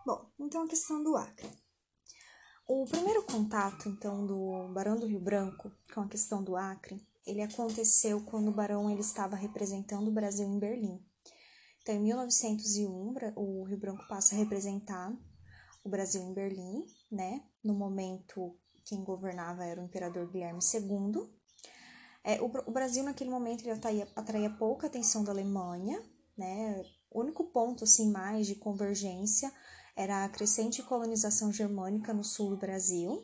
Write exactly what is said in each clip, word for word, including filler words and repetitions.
Bom, então a questão do Acre. O primeiro contato, então, do Barão do Rio Branco com a questão do Acre, ele aconteceu quando o Barão ele estava representando o Brasil em Berlim. Então, em mil novecentos e um, o Rio Branco passa a representar o Brasil em Berlim, né? No momento, quem governava era o imperador Guilherme segundo. É, o, o Brasil, naquele momento, ele atraía, atraía pouca atenção da Alemanha, né? O único ponto, assim, mais de convergência era a crescente colonização germânica no sul do Brasil.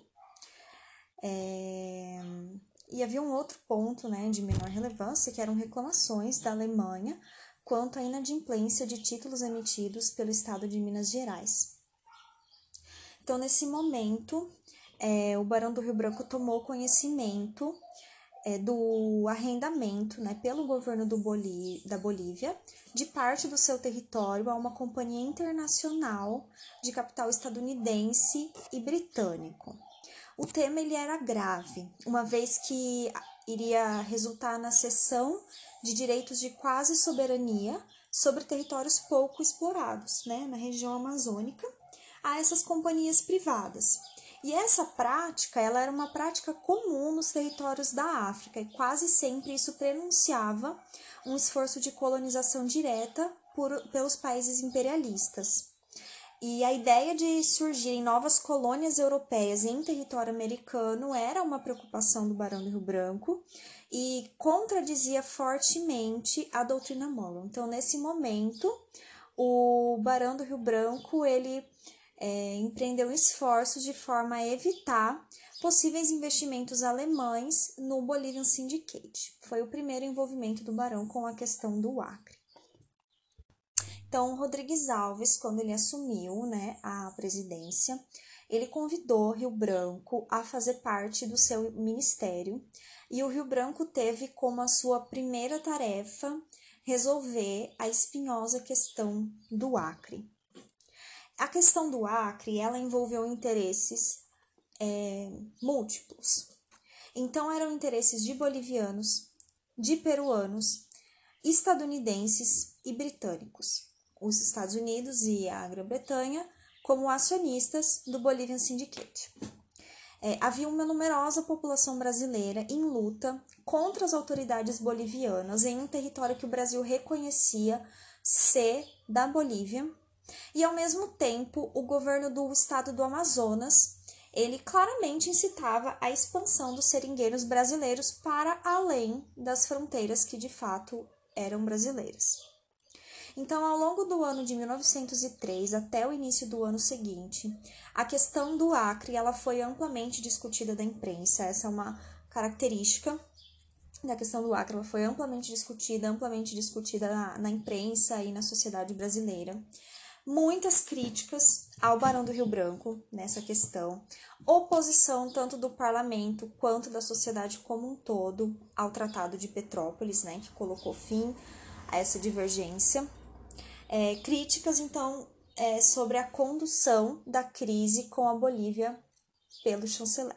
É, e havia um outro ponto, né, de menor relevância, que eram reclamações da Alemanha quanto à inadimplência de títulos emitidos pelo Estado de Minas Gerais. Então, nesse momento, é, o Barão do Rio Branco tomou conhecimento é, do arrendamento, né, pelo governo do Bolí- da Bolívia de parte do seu território a uma companhia internacional de capital estadunidense e britânico. O tema ele era grave, uma vez que iria resultar na cessão de direitos de quase soberania sobre territórios pouco explorados, né, na região amazônica, a essas companhias privadas. E essa prática, ela era uma prática comum nos territórios da África e quase sempre isso prenunciava um esforço de colonização direta por, pelos países imperialistas. E a ideia de surgirem novas colônias europeias em território americano era uma preocupação do Barão do Rio Branco e contradizia fortemente a doutrina Monroe. Então, nesse momento, o Barão do Rio Branco, ele é, empreendeu esforços de forma a evitar possíveis investimentos alemães no Bolivian Syndicate. Foi o primeiro envolvimento do Barão com a questão do Acre. Então, Rodrigues Alves, quando ele assumiu, né, a presidência, ele convidou Rio Branco a fazer parte do seu ministério e o Rio Branco teve como a sua primeira tarefa resolver a espinhosa questão do Acre. A questão do Acre, ela envolveu interesses é, múltiplos. Então, eram interesses de bolivianos, de peruanos, estadunidenses e britânicos. Os Estados Unidos e a Grã-Bretanha como acionistas do Bolivian Syndicate. É, havia uma numerosa população brasileira em luta contra as autoridades bolivianas em um território que o Brasil reconhecia ser da Bolívia. E, ao mesmo tempo, o governo do estado do Amazonas, ele claramente incitava a expansão dos seringueiros brasileiros para além das fronteiras que, de fato, eram brasileiras. Então, ao longo do ano de mil novecentos e três até o início do ano seguinte, a questão do Acre ela foi amplamente discutida da imprensa. Essa é uma característica da questão do Acre, ela foi amplamente discutida, amplamente discutida na, na imprensa e na sociedade brasileira. Muitas críticas ao Barão do Rio Branco nessa questão, oposição tanto do parlamento quanto da sociedade como um todo ao Tratado de Petrópolis, né, que colocou fim a essa divergência. É, críticas, então, é, sobre a condução da crise com a Bolívia pelo chanceler.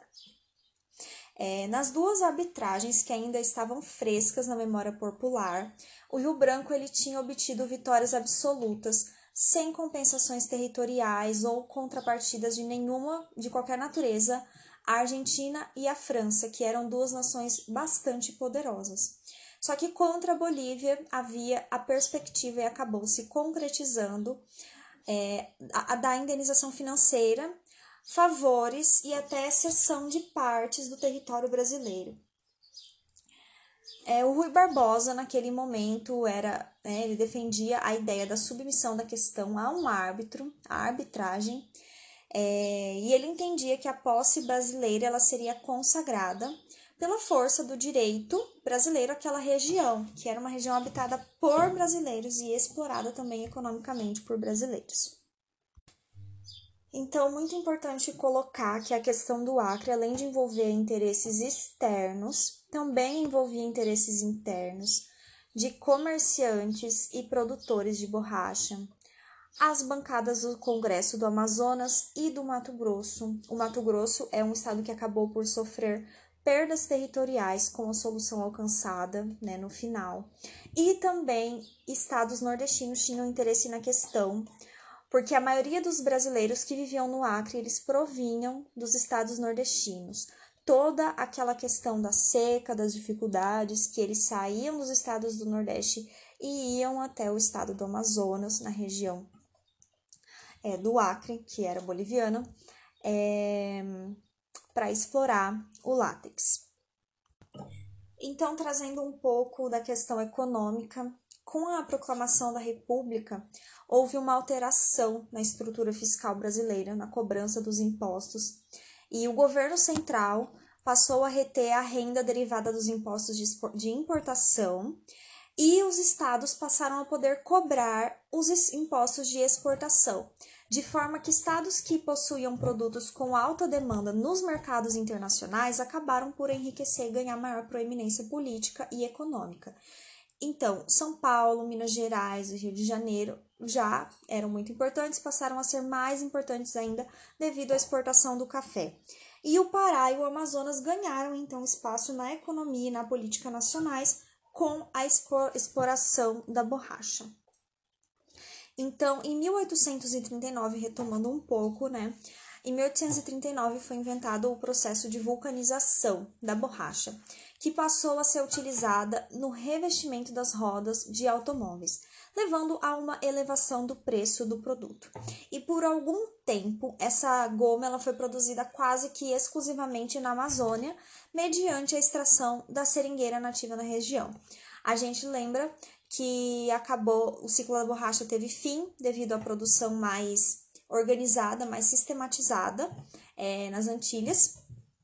É, nas duas arbitragens que ainda estavam frescas na memória popular, o Rio Branco ele tinha obtido vitórias absolutas, sem compensações territoriais ou contrapartidas de nenhuma, de qualquer natureza, a Argentina e a França, que eram duas nações bastante poderosas. Só que contra a Bolívia havia a perspectiva e acabou se concretizando é, a, a da indenização financeira, favores e até cessão de partes do território brasileiro. É, o Rui Barbosa, naquele momento, era, né, ele defendia a ideia da submissão da questão a um árbitro, a arbitragem, é, e ele entendia que a posse brasileira ela seria consagrada pela força do direito brasileiro àquela região, que era uma região habitada por brasileiros e explorada também economicamente por brasileiros. Então, muito importante colocar que a questão do Acre, além de envolver interesses externos, também envolvia interesses internos de comerciantes e produtores de borracha, as bancadas do Congresso do Amazonas e do Mato Grosso. O Mato Grosso é um estado que acabou por sofrer perdas territoriais com a solução alcançada, né, no final. E também estados nordestinos tinham interesse na questão. porque a maioria dos brasileiros que viviam no Acre, eles provinham dos estados nordestinos. Toda aquela questão da seca, das dificuldades, que eles saíam dos estados do Nordeste e iam até o estado do Amazonas, na região é, do Acre, que era boliviana, é, para explorar o látex. Então, trazendo um pouco da questão econômica, com a proclamação da República, houve uma alteração na estrutura fiscal brasileira, na cobrança dos impostos, e o governo central passou a reter a renda derivada dos impostos de importação e os estados passaram a poder cobrar os impostos de exportação, de forma que estados que possuíam produtos com alta demanda nos mercados internacionais acabaram por enriquecer e ganhar maior proeminência política e econômica. Então, São Paulo, Minas Gerais e Rio de Janeiro já eram muito importantes, passaram a ser mais importantes ainda devido à exportação do café. E o Pará e o Amazonas ganharam, então, espaço na economia e na política nacionais com a exploração da borracha. Então, em mil oitocentos e trinta e nove, retomando um pouco, né? Em mil oitocentos e trinta e nove foi inventado o processo de vulcanização da borracha, que passou a ser utilizada no revestimento das rodas de automóveis, levando a uma elevação do preço do produto. E por algum tempo, essa goma ela foi produzida quase que exclusivamente na Amazônia, mediante a extração da seringueira nativa na região. A gente lembra que acabou, o ciclo da borracha teve fim devido à produção mais organizada, mais sistematizada é, nas Antilhas,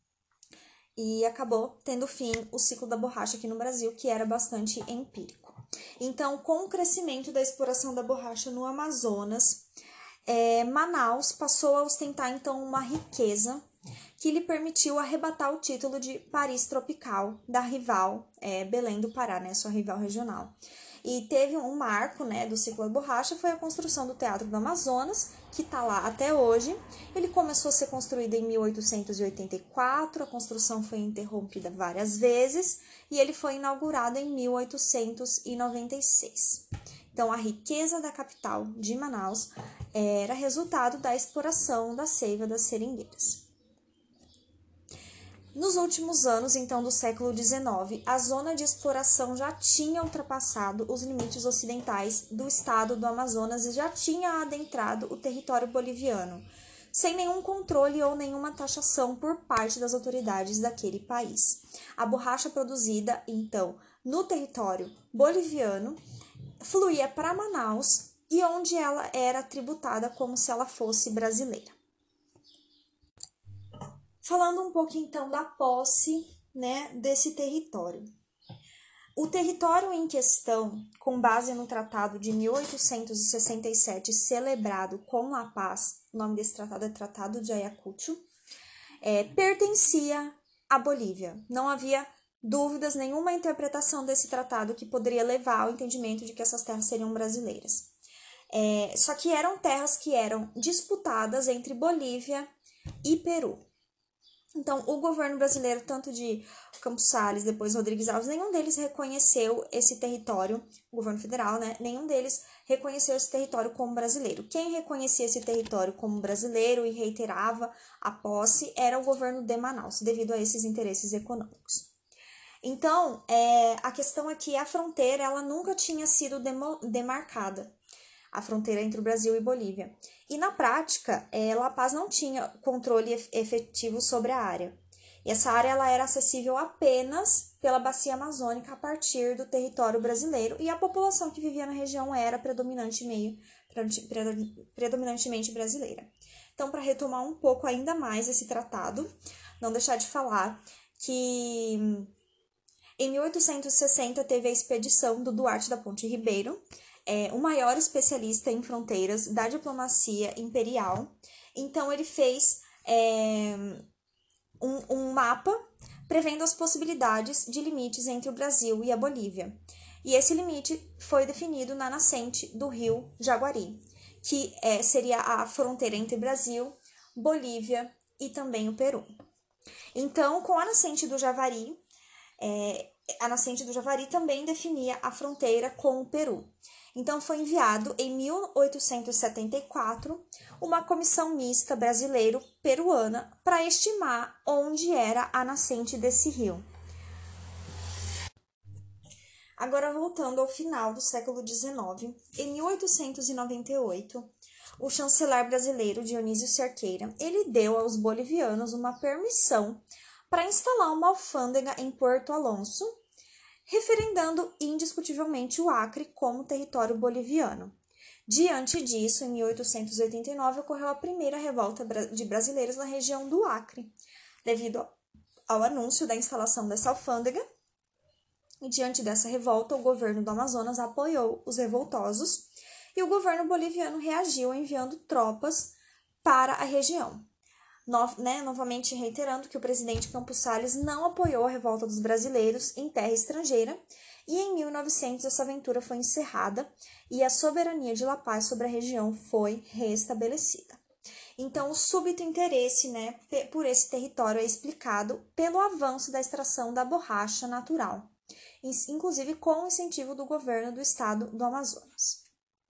e acabou tendo fim o ciclo da borracha aqui no Brasil, que era bastante empírico. Então, com o crescimento da exploração da borracha no Amazonas, é, Manaus passou a ostentar então uma riqueza que lhe permitiu arrebatar o título de Paris Tropical da rival é, Belém do Pará, né, sua rival regional. E teve um marco, né, do ciclo da borracha, foi a construção do Teatro do Amazonas, que está lá até hoje. Ele começou a ser construído em mil oitocentos e oitenta e quatro, a construção foi interrompida várias vezes, e ele foi inaugurado em mil oitocentos e noventa e seis. Então, a riqueza da capital de Manaus era resultado da exploração da seiva das seringueiras. Nos últimos anos, então, do século dezenove, a zona de exploração já tinha ultrapassado os limites ocidentais do estado do Amazonas e já tinha adentrado o território boliviano, sem nenhum controle ou nenhuma taxação por parte das autoridades daquele país. A borracha produzida, então, no território boliviano, fluía para Manaus e onde ela era tributada como se ela fosse brasileira. Falando um pouco então da posse, né, desse território. O território em questão, com base no Tratado de mil oitocentos e sessenta e sete, celebrado com a paz, o nome desse tratado é Tratado de Ayacucho, é, pertencia à Bolívia. Não havia dúvidas, nenhuma interpretação desse tratado que poderia levar ao entendimento de que essas terras seriam brasileiras. É, só que eram terras que eram disputadas entre Bolívia e Peru. Então, o governo brasileiro, tanto de Campos Salles, depois Rodrigues Alves, nenhum deles reconheceu esse território, o governo federal, né? Nenhum deles reconheceu esse território como brasileiro. Quem reconhecia esse território como brasileiro e reiterava a posse era o governo de Manaus, devido a esses interesses econômicos. Então, é, a questão é que a fronteira ela nunca tinha sido demo, demarcada, a fronteira entre o Brasil e Bolívia. E na prática, é, La Paz não tinha controle efetivo sobre a área. E essa área ela era acessível apenas pela bacia amazônica a partir do território brasileiro, e a população que vivia na região era predominante meio, predominantemente brasileira. Então, para retomar um pouco ainda mais esse tratado, não deixar de falar que em mil oitocentos e sessenta teve a expedição do Duarte da Ponte Ribeiro, é, o maior especialista em fronteiras da diplomacia imperial. Então, ele fez é, um, um mapa prevendo as possibilidades de limites entre o Brasil e a Bolívia. E esse limite foi definido na nascente do rio Jaguari, que é, seria a fronteira entre Brasil, Bolívia e também o Peru. Então, com a nascente do Javari, é, a nascente do Javari também definia a fronteira com o Peru. Então, foi enviado em mil oitocentos e setenta e quatro uma comissão mista brasileiro-peruana para estimar onde era a nascente desse rio. Agora, voltando ao final do século dezenove, em mil oitocentos e noventa e oito, o chanceler brasileiro Dionísio Cerqueira, ele deu aos bolivianos uma permissão para instalar uma alfândega em Porto Alonso, referendando indiscutivelmente o Acre como território boliviano. Diante disso, em mil oitocentos e oitenta e nove, ocorreu a primeira revolta de brasileiros na região do Acre, devido ao anúncio da instalação dessa alfândega. E diante dessa revolta, o governo do Amazonas apoiou os revoltosos e o governo boliviano reagiu enviando tropas para a região. No, né, novamente reiterando que o presidente Campos Salles não apoiou a revolta dos brasileiros em terra estrangeira, e em mil e novecentos essa aventura foi encerrada e a soberania de La Paz sobre a região foi restabelecida. Então, o súbito interesse, né, por esse território é explicado pelo avanço da extração da borracha natural, inclusive com o incentivo do governo do estado do Amazonas.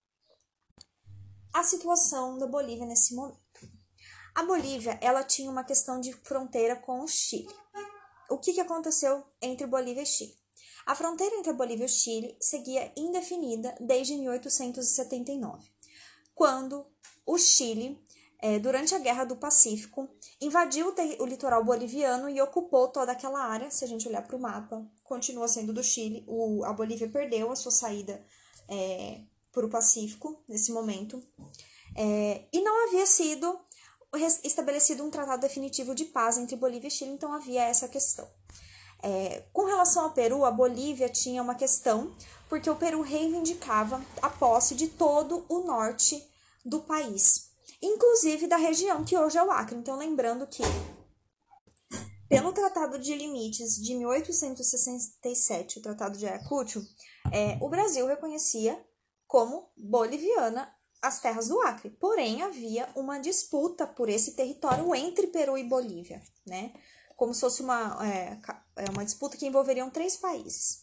A situação da Bolívia nesse momento. A Bolívia, ela tinha uma questão de fronteira com o Chile. O que, que aconteceu entre Bolívia e Chile? A fronteira entre a Bolívia e o Chile seguia indefinida desde mil oitocentos e setenta e nove, quando o Chile, é, durante a Guerra do Pacífico, invadiu o, o litoral boliviano e ocupou toda aquela área. Se a gente olhar para o mapa, continua sendo do Chile. O, a Bolívia perdeu a sua saída é, para o Pacífico nesse momento. É, e não havia sido estabelecido um tratado definitivo de paz entre Bolívia e Chile, então havia essa questão. É, com relação ao Peru, a Bolívia tinha uma questão, porque o Peru reivindicava a posse de todo o norte do país, inclusive da região que hoje é o Acre. Então, lembrando que, pelo Tratado de Limites de mil oitocentos e sessenta e sete, o Tratado de Ayacucho, é, o Brasil reconhecia como boliviana as terras do Acre, porém havia uma disputa por esse território entre Peru e Bolívia, né? Como se fosse uma, é, uma disputa que envolveriam três países.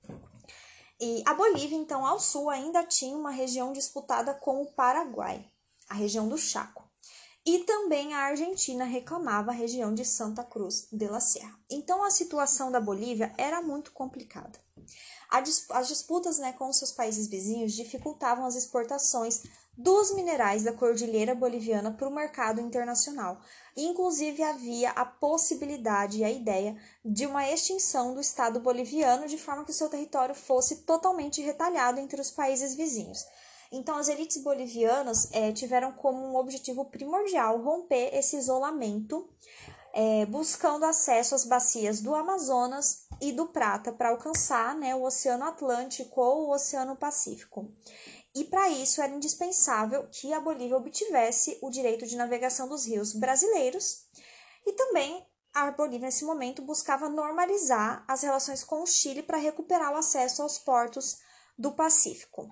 E a Bolívia, então, ao sul, ainda tinha uma região disputada com o Paraguai, a região do Chaco. E também a Argentina reclamava a região de Santa Cruz de la Sierra. Então, a situação da Bolívia era muito complicada. As disputas, né, com os seus países vizinhos dificultavam as exportações dos minerais da cordilheira boliviana para o mercado internacional. Inclusive, havia a possibilidade e a ideia de uma extinção do Estado boliviano, de forma que o seu território fosse totalmente retalhado entre os países vizinhos. Então, as elites bolivianas é, tiveram como um objetivo primordial romper esse isolamento, é, buscando acesso às bacias do Amazonas e do Prata para alcançar, né, o Oceano Atlântico ou o Oceano Pacífico. E para isso era indispensável que a Bolívia obtivesse o direito de navegação dos rios brasileiros, e também a Bolívia nesse momento buscava normalizar as relações com o Chile para recuperar o acesso aos portos do Pacífico.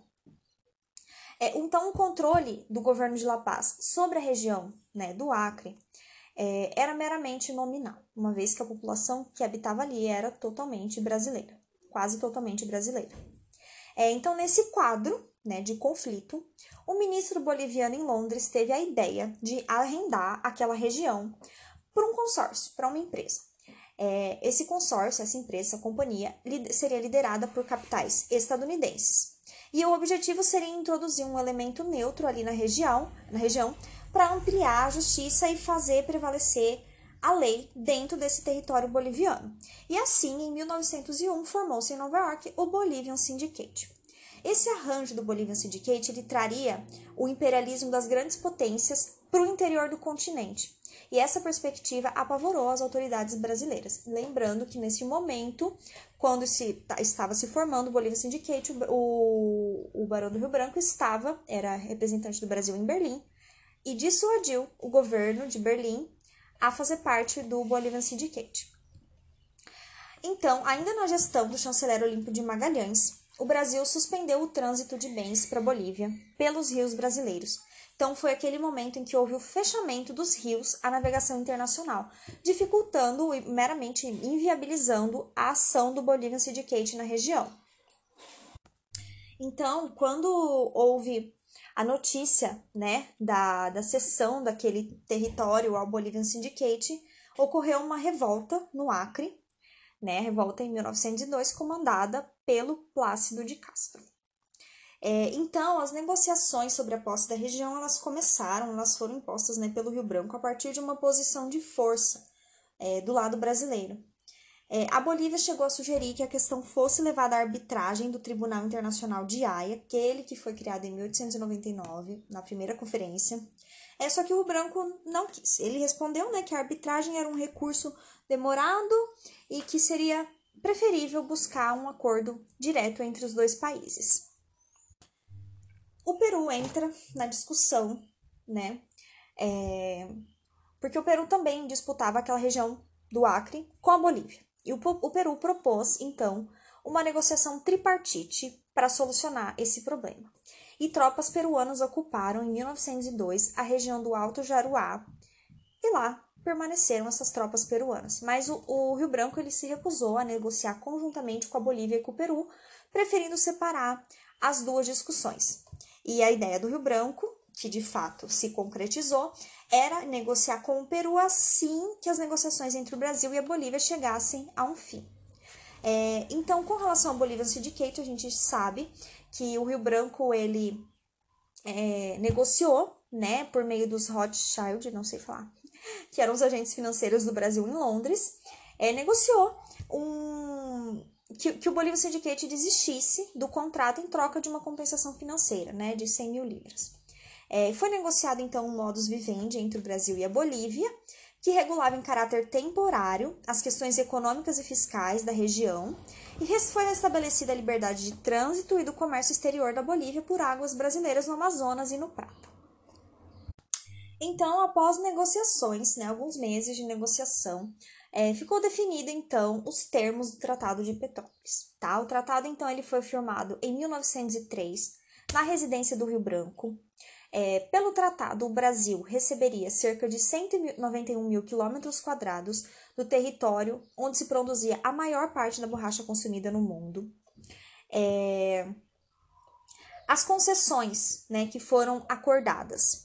É, então, o controle do governo de La Paz sobre a região, né, do Acre é, era meramente nominal, uma vez que a população que habitava ali era totalmente brasileira, quase totalmente brasileira. É, então, nesse quadro, né, de conflito, o ministro boliviano em Londres teve a ideia de arrendar aquela região para um consórcio, para uma empresa. É, esse consórcio, essa empresa, essa companhia, seria liderada por capitais estadunidenses. E o objetivo seria introduzir um elemento neutro ali na região, na região para ampliar a justiça e fazer prevalecer a lei dentro desse território boliviano. E assim, em mil novecentos e um, formou-se em Nova York o Bolivian Syndicate. Esse arranjo do Bolivian Syndicate ele traria o imperialismo das grandes potências para o interior do continente. E essa perspectiva apavorou as autoridades brasileiras. Lembrando que, nesse momento, quando se, estava se formando o Bolivian Syndicate, o, o Barão do Rio Branco estava, era representante do Brasil em Berlim, e dissuadiu o governo de Berlim a fazer parte do Bolivian Syndicate. Então, ainda na gestão do chanceler Olímpio de Magalhães, o Brasil suspendeu o trânsito de bens para a Bolívia pelos rios brasileiros. Então, foi aquele momento em que houve o fechamento dos rios à navegação internacional, dificultando e meramente inviabilizando a ação do Bolivian Syndicate na região. Então, quando houve a notícia, né, da, da cessão daquele território ao Bolivian Syndicate, ocorreu uma revolta no Acre, né, revolta em mil novecentos e dois, comandada pelo Plácido de Castro. É, então, as negociações sobre a posse da região, elas começaram, elas foram impostas, né, pelo Rio Branco a partir de uma posição de força é, do lado brasileiro. É, a Bolívia chegou a sugerir que a questão fosse levada à arbitragem do Tribunal Internacional de Haia, aquele que foi criado em mil oitocentos e noventa e nove, na primeira conferência. É, só que o Branco não quis. Ele respondeu, né, que a arbitragem era um recurso demorado e que seria preferível buscar um acordo direto entre os dois países. O Peru entra na discussão, né, é, porque o Peru também disputava aquela região do Acre com a Bolívia. E o, o Peru propôs, então, uma negociação tripartite para solucionar esse problema. E tropas peruanas ocuparam, em mil novecentos e dois, a região do Alto Jaruá, e lá permaneceram essas tropas peruanas. Mas o, o Rio Branco ele se recusou a negociar conjuntamente com a Bolívia e com o Peru, preferindo separar as duas discussões. E a ideia do Rio Branco, que de fato se concretizou, era negociar com o Peru assim que as negociações entre o Brasil e a Bolívia chegassem a um fim. É, então, com relação ao Bolivian Syndicate, a gente sabe que o Rio Branco ele é, negociou, né, por meio dos Rothschild, não sei falar, que eram os agentes financeiros do Brasil em Londres, é, negociou um, que, que o Bolivian Syndicate desistisse do contrato em troca de uma compensação financeira, né, de cem mil libras. É, foi negociado, então, um modus vivendi entre o Brasil e a Bolívia, que regulava em caráter temporário as questões econômicas e fiscais da região, e foi restabelecida a liberdade de trânsito e do comércio exterior da Bolívia por águas brasileiras no Amazonas e no Prata. Então, após negociações, né, alguns meses de negociação, é, ficou definido, então, os termos do Tratado de Petrópolis. Tá? O tratado, então, ele foi firmado em mil novecentos e três, na residência do Rio Branco. É, pelo tratado, o Brasil receberia cerca de cento e noventa e um mil quilômetros quadrados do território onde se produzia a maior parte da borracha consumida no mundo. É, as concessões, né, que foram acordadas.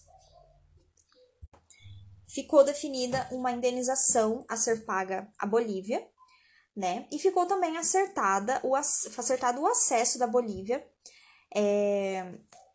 Ficou definida uma indenização a ser paga à Bolívia, né, e ficou também acertada o, acertado o acesso da Bolívia é,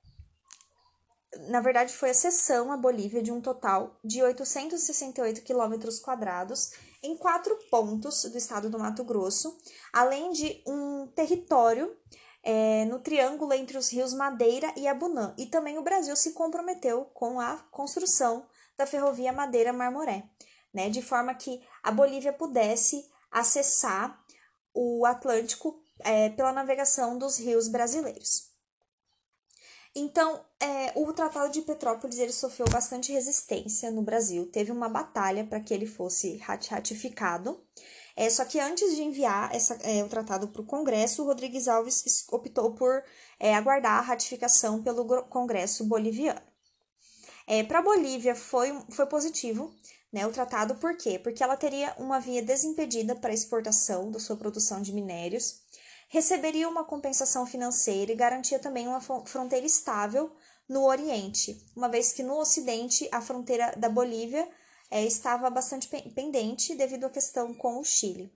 na verdade, foi a cessão à Bolívia de um total de oitocentos e sessenta e oito quilômetros quadrados em quatro pontos do estado do Mato Grosso, além de um território é, no triângulo entre os rios Madeira e Abunã. E também o Brasil se comprometeu com a construção da ferrovia Madeira-Marmoré, né, de forma que a Bolívia pudesse acessar o Atlântico é, pela navegação dos rios brasileiros. Então, é, o Tratado de Petrópolis ele sofreu bastante resistência no Brasil. Teve uma batalha para que ele fosse ratificado. É, só que antes de enviar essa, é, o tratado para o Congresso, o Rodrigues Alves optou por é, aguardar a ratificação pelo Congresso boliviano. É, para a Bolívia foi, foi positivo, né, o tratado, por quê? Porque ela teria uma via desimpedida para a exportação da sua produção de minérios, receberia uma compensação financeira e garantia também uma fronteira estável no Oriente, uma vez que no Ocidente a fronteira da Bolívia é, estava bastante pendente devido à questão com o Chile.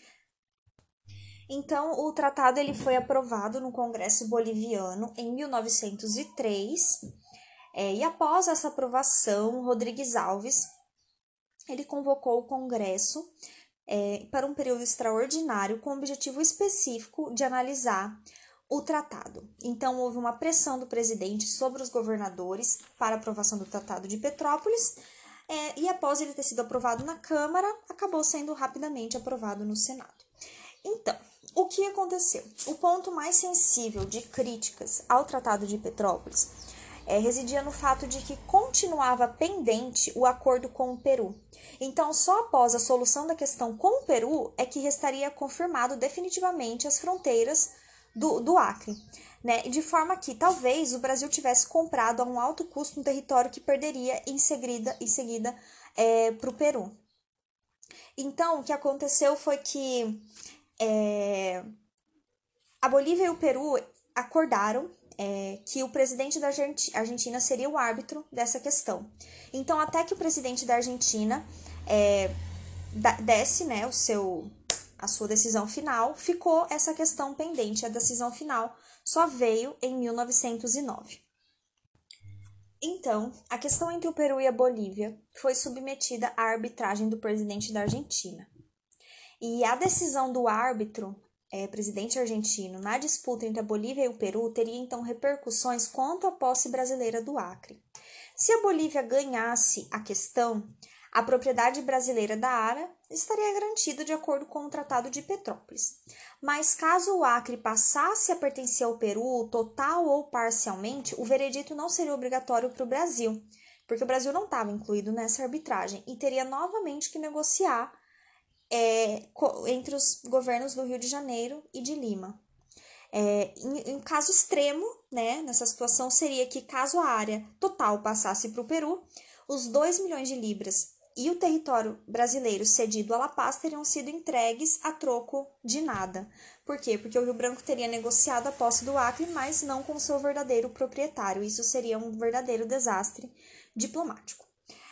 Então, o tratado ele foi aprovado no Congresso Boliviano em mil novecentos e três, é, e após essa aprovação, Rodrigues Alves ele convocou o Congresso É, para um período extraordinário com o objetivo específico de analisar o tratado. Então, houve uma pressão do presidente sobre os governadores para a aprovação do Tratado de Petrópolis, é, e após ele ter sido aprovado na Câmara, acabou sendo rapidamente aprovado no Senado. Então, o que aconteceu? O ponto mais sensível de críticas ao Tratado de Petrópolis é, residia no fato de que continuava pendente o acordo com o Peru. Então, só após a solução da questão com o Peru é que restaria confirmado definitivamente as fronteiras do, do Acre, né? De forma que talvez o Brasil tivesse comprado a um alto custo um território que perderia em seguida, em seguida é, para o Peru. Então, o que aconteceu foi que é, a Bolívia e o Peru acordaram é, que o presidente da Argentina seria o árbitro dessa questão. Então, até que o presidente da Argentina é, desse, né, o seu, a sua decisão final, ficou essa questão pendente. A decisão final só veio em mil novecentos e nove. Então, a questão entre o Peru e a Bolívia foi submetida à arbitragem do presidente da Argentina. E a decisão do árbitro, é, presidente argentino, na disputa entre a Bolívia e o Peru teria então repercussões quanto à posse brasileira do Acre. Se a Bolívia ganhasse a questão, a propriedade brasileira da área estaria garantida de acordo com o Tratado de Petrópolis. Mas caso o Acre passasse a pertencer ao Peru, total ou parcialmente, o veredito não seria obrigatório para o Brasil, porque o Brasil não estava incluído nessa arbitragem e teria novamente que negociar é, entre os governos do Rio de Janeiro e de Lima. É, em, em caso extremo, né, nessa situação, seria que caso a área total passasse para o Peru, os dois milhões de libras e o território brasileiro cedido a La Paz teriam sido entregues a troco de nada. Por quê? Porque o Rio Branco teria negociado a posse do Acre, mas não com seu verdadeiro proprietário. Isso seria um verdadeiro desastre diplomático.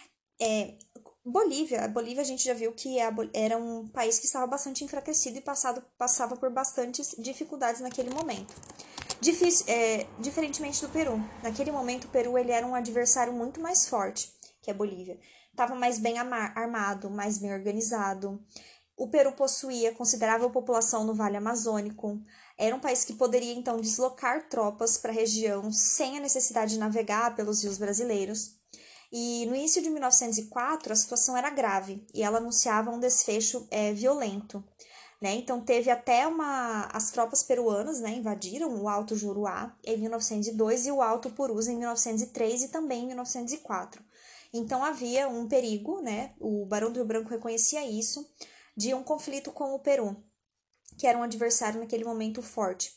É, Bolívia, a Bolívia a gente já viu que era um país que estava bastante enfraquecido e passado, passava por bastantes dificuldades naquele momento. Difícil, é, diferentemente do Peru. Naquele momento, o Peru ele era um adversário muito mais forte que a Bolívia. Estava mais bem armado, mais bem organizado. O Peru possuía considerável população no Vale Amazônico. Era um país que poderia, então, deslocar tropas para a região sem a necessidade de navegar pelos rios brasileiros. E no início de mil novecentos e quatro, a situação era grave e ela anunciava um desfecho é, violento. Né? Então, teve até uma... As tropas peruanas, né, invadiram o Alto Juruá em mil novecentos e dois e o Alto Purus em mil novecentos e três e também em mil novecentos e quatro. Então, havia um perigo, né? O Barão do Rio Branco reconhecia isso, de um conflito com o Peru, que era um adversário naquele momento forte.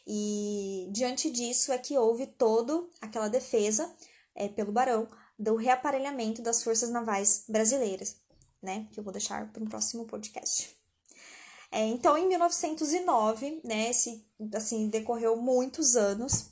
E diante disso é que houve toda aquela defesa é, pelo Barão do reaparelhamento das forças navais brasileiras, né? Que eu vou deixar para um próximo podcast. É, então, em mil novecentos e nove, né? Esse, assim, decorreu muitos anos.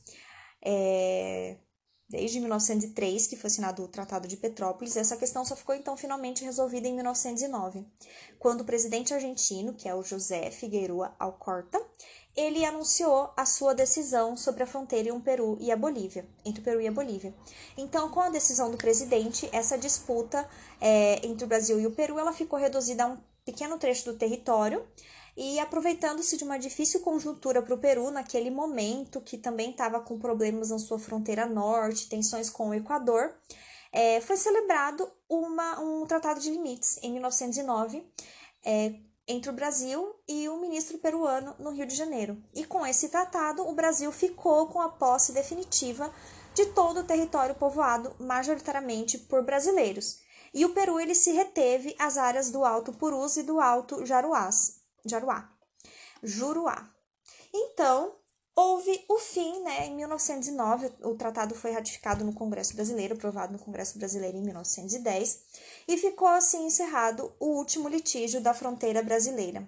É, desde mil novecentos e três, que foi assinado o Tratado de Petrópolis, essa questão só ficou então finalmente resolvida em mil novecentos e nove, quando o presidente argentino, que é o José Figueroa Alcorta, ele anunciou a sua decisão sobre a fronteira entre o Peru e a Bolívia, entre o Peru e a Bolívia. Então, com a decisão do presidente, essa disputa é, entre o Brasil e o Peru, ela ficou reduzida a um pequeno trecho do território. E aproveitando-se de uma difícil conjuntura para o Peru, naquele momento, que também estava com problemas na sua fronteira norte, tensões com o Equador, é, foi celebrado uma, um tratado de limites em mil novecentos e nove é, entre o Brasil e o ministro peruano no Rio de Janeiro. E com esse tratado, o Brasil ficou com a posse definitiva de todo o território povoado, majoritariamente por brasileiros. E o Peru ele se reteve às áreas do Alto Purus e do Alto Jaruás. Jaruá, Juruá. Então, houve o fim, né, em mil novecentos e nove, o tratado foi ratificado no Congresso Brasileiro, aprovado no Congresso Brasileiro em mil novecentos e dez, e ficou assim encerrado o último litígio da fronteira brasileira.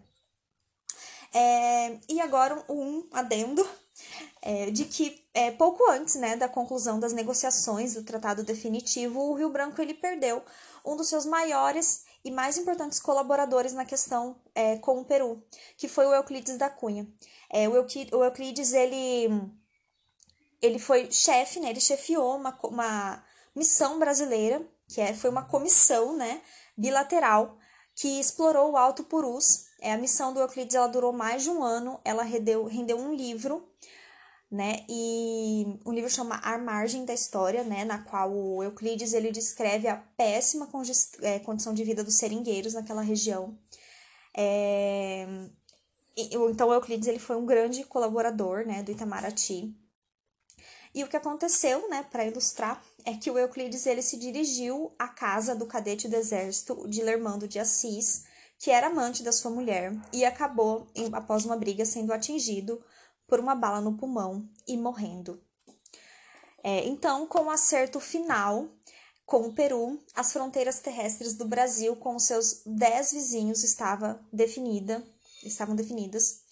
É, e agora um adendo é, de que é, pouco antes, né, da conclusão das negociações do tratado definitivo, o Rio Branco ele perdeu um dos seus maiores e mais importantes colaboradores na questão é, com o Peru, que foi o Euclides da Cunha. É, o, Euclides, o Euclides, ele, ele foi chefe, né, ele chefiou uma, uma missão brasileira, que é, foi uma comissão, né, bilateral, que explorou o Alto Purus. É, a missão do Euclides ela durou mais de um ano, ela rendeu, rendeu um livro, né, e o livro chama A Margem da História, né, na qual o Euclides ele descreve a péssima é, condição de vida dos seringueiros naquela região. É, então, o Euclides ele foi um grande colaborador, né, do Itamaraty. E o que aconteceu, né, para ilustrar, é que o Euclides ele se dirigiu à casa do cadete do exército, Dilermando de Assis, que era amante da sua mulher, e acabou, após uma briga, sendo atingido por uma bala no pulmão e morrendo. É, então, com o acerto final com o Peru, as fronteiras terrestres do Brasil com seus dez vizinhos estava definida, estavam definidas.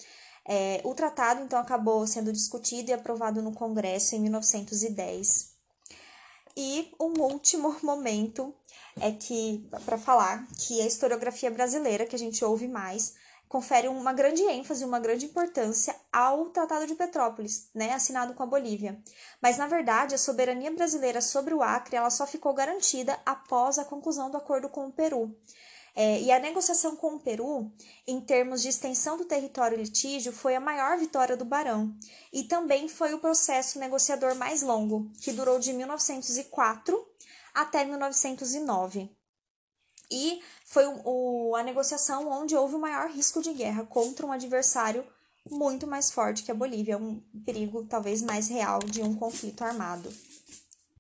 É, o tratado, então, acabou sendo discutido e aprovado no Congresso em mil novecentos e dez. E um último momento é que, para falar, que a historiografia brasileira, que a gente ouve mais, confere uma grande ênfase, uma grande importância ao Tratado de Petrópolis, né, assinado com a Bolívia. Mas, na verdade, a soberania brasileira sobre o Acre ela só ficou garantida após a conclusão do acordo com o Peru. É, e a negociação com o Peru, em termos de extensão do território e litígio, foi a maior vitória do Barão. E também foi o processo negociador mais longo, que durou de mil novecentos e quatro até mil novecentos e nove. E foi o, o, a negociação onde houve o maior risco de guerra contra um adversário muito mais forte que a Bolívia, um perigo talvez mais real de um conflito armado.